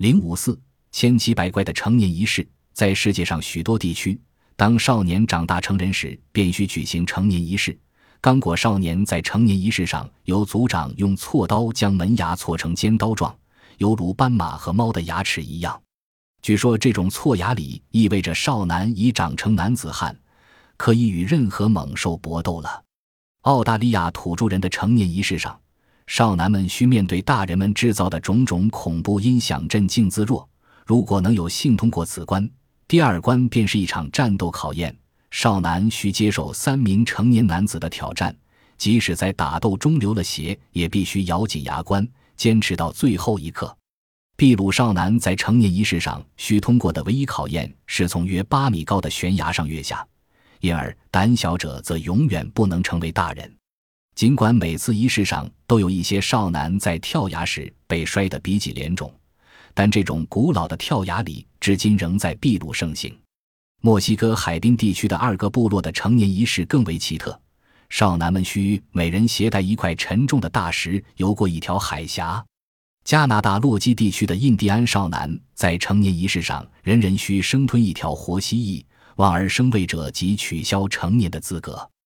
054千奇百怪的成年仪式。在世界上许多地区，当少年长大成人时，便需举行成年仪式。刚果少年在成年仪式上，由族长用锉刀将门牙锉成尖刀状，犹如斑马和猫的牙齿一样。据说这种锉牙礼意味着少男已长成男子汉，可以与任何猛兽搏斗了。澳大利亚土著人的成年仪式上，少男们需面对大人们制造的种种恐怖音响镇静自若。如果能有幸通过此关，第二关便是一场战斗考验。少男需接受3名成年男子的挑战，即使在打斗中流了血，也必须咬紧牙关，坚持到最后一刻。秘鲁少男在成年仪式上需通过的唯一考验是从约8米高的悬崖上跃下，因而胆小者则永远不能成为大人。尽管每次仪式上都有一些少男在跳崖时被摔得鼻脊脸肿，但这种古老的跳崖礼至今仍在秘鲁盛行。墨西哥海滨地区的2个部落的成年仪式更为奇特，少男们需每人携带一块沉重的大石游过一条海峡。加拿大洛基地区的印第安少男在成年仪式上，人人需生吞一条活蜥蜴，望而生畏者即取消成年的资格。